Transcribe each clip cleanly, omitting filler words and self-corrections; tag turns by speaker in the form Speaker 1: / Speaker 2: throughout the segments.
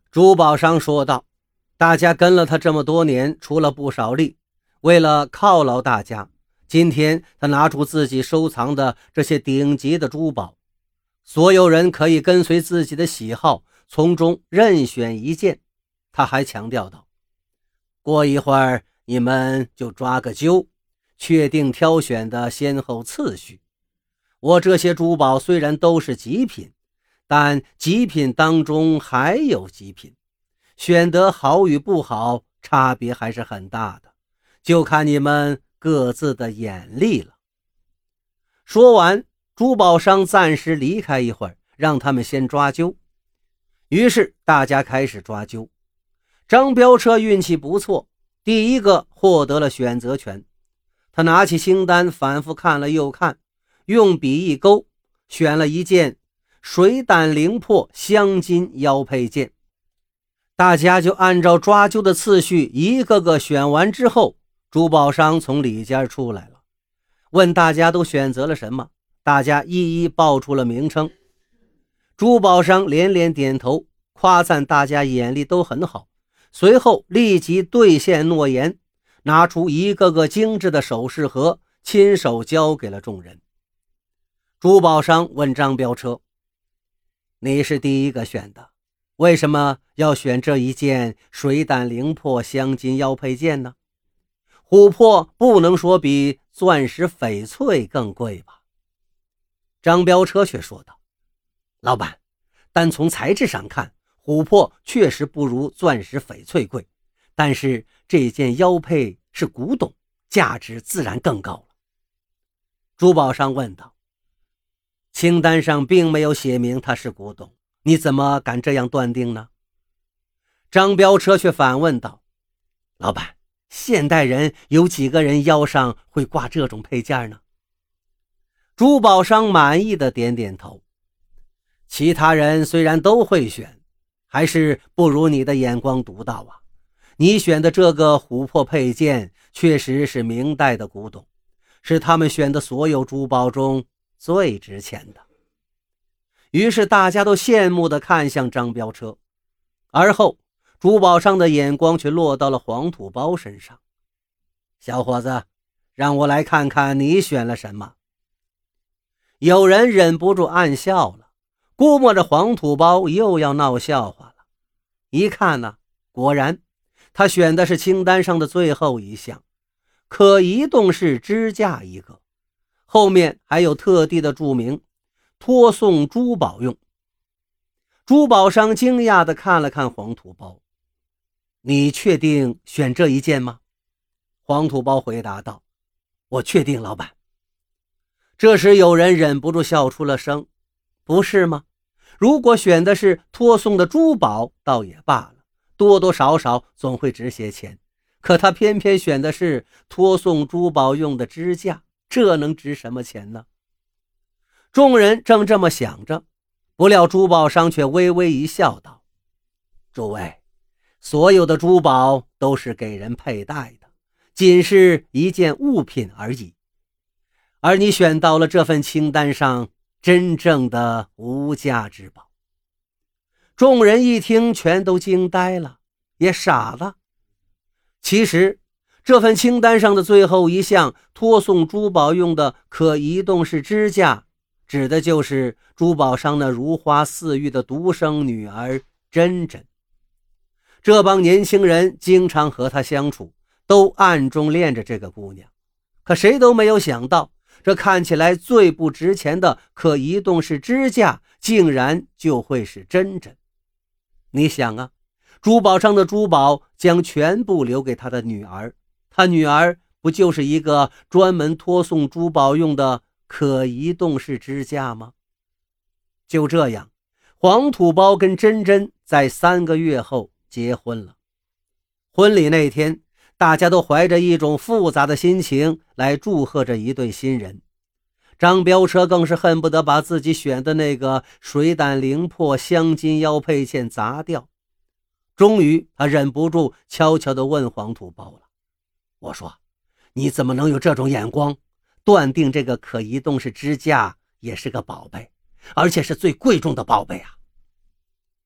Speaker 1: 珠宝商说道，大家跟了他这么多年，出了不少力，为了犒劳大家，今天他拿出自己收藏的这些顶级的珠宝，所有人可以跟随自己的喜好，从中任选一件。他还强调道，过一会儿你们就抓个阄，确定挑选的先后次序。我这些珠宝虽然都是极品，但极品当中还有极品，选得好与不好差别还是很大的，就看你们各自的眼力了。说完，珠宝商暂时离开一会儿，让他们先抓阄。于是大家开始抓阄。张飙车运气不错，第一个获得了选择权。他拿起清单反复看了又看，用笔一勾，选了一件水胆灵魄镶金腰佩件。大家就按照抓阄的次序一个个选完之后，珠宝商从里间出来了，问大家都选择了什么，大家一一报出了名称。珠宝商连连点头，夸赞大家眼力都很好，随后立即兑现诺言，拿出一个个精致的首饰盒，亲手交给了众人。珠宝商问张飙车，你是第一个选的，为什么要选这一件水胆灵魄镶金腰佩件呢？琥珀不能说比钻石翡翠更贵吧？张飙车却说道，老板，单从材质上看，琥珀确实不如钻石翡翠贵，但是这件腰佩是古董，价值自然更高了。珠宝商问道，清单上并没有写明它是古董，你怎么敢这样断定呢？张飙车却反问道，老板，现代人有几个人腰上会挂这种配件呢？珠宝商满意的点点头，其他人虽然都会选，还是不如你的眼光独到啊！你选的这个琥珀佩件确实是明代的古董，是他们选的所有珠宝中最值钱的。于是大家都羡慕地看向张飙车，而后珠宝商的眼光却落到了黄土包身上。小伙子，让我来看看你选了什么。有人忍不住暗笑了，估摸着黄土包又要闹笑话了。一看呢，果然他选的是清单上的最后一项，可移动式支架一个，后面还有特地的注明托送珠宝用。珠宝商惊讶地看了看黄土包，你确定选这一件吗？黄土包回答道，我确定，老板。这时有人忍不住笑出了声，不是吗？如果选的是托送的珠宝倒也罢了，多多少少总会值些钱，可他偏偏选的是托送珠宝用的支架，这能值什么钱呢？众人正这么想着，不料珠宝商却微微一笑道，诸位，所有的珠宝都是给人佩戴的，仅是一件物品而已，而你选到了这份清单上真正的无价之宝。众人一听全都惊呆了，也傻了。其实这份清单上的最后一项托送珠宝用的可移动式支架，指的就是珠宝商那如花似玉的独生女儿珍珍。这帮年轻人经常和她相处，都暗中恋着这个姑娘，可谁都没有想到，这看起来最不值钱的可移动式支架竟然就会是珍珍。你想啊，珠宝商的珠宝将全部留给他的女儿，他女儿不就是一个专门托送珠宝用的可移动式支架吗？就这样，黄土包跟珍珍在3个月后结婚了。婚礼那天，大家都怀着一种复杂的心情来祝贺着一对新人。张飙车更是恨不得把自己选的那个水胆灵魄镶金腰佩件砸掉。终于他忍不住悄悄地问黄土包了，我说，你怎么能有这种眼光，断定这个可移动式支架也是个宝贝，而且是最贵重的宝贝啊？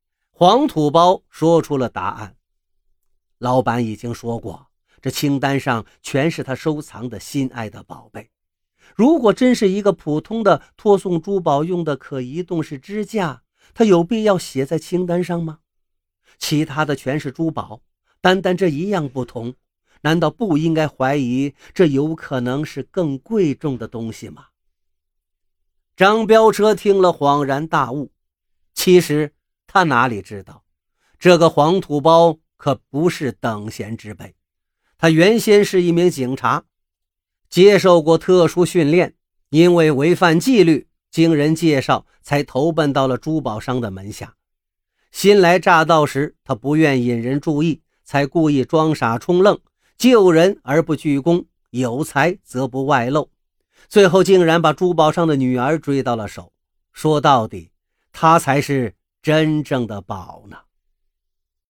Speaker 1: 黄土包说出了答案。老板已经说过，这清单上全是他收藏的心爱的宝贝。如果真是一个普通的托送珠宝用的可移动式支架，他有必要写在清单上吗？其他的全是珠宝，单单这一样不同，难道不应该怀疑这有可能是更贵重的东西吗？张飙车听了恍然大悟，其实他哪里知道，这个黄土包可不是等闲之辈。他原先是一名警察，接受过特殊训练，因为违反纪律，经人介绍才投奔到了珠宝商的门下。新来乍到时，他不愿引人注意，才故意装傻充愣，救人而不居功，有才则不外露，最后竟然把珠宝商的女儿追到了手。说到底，他才是真正的宝呢。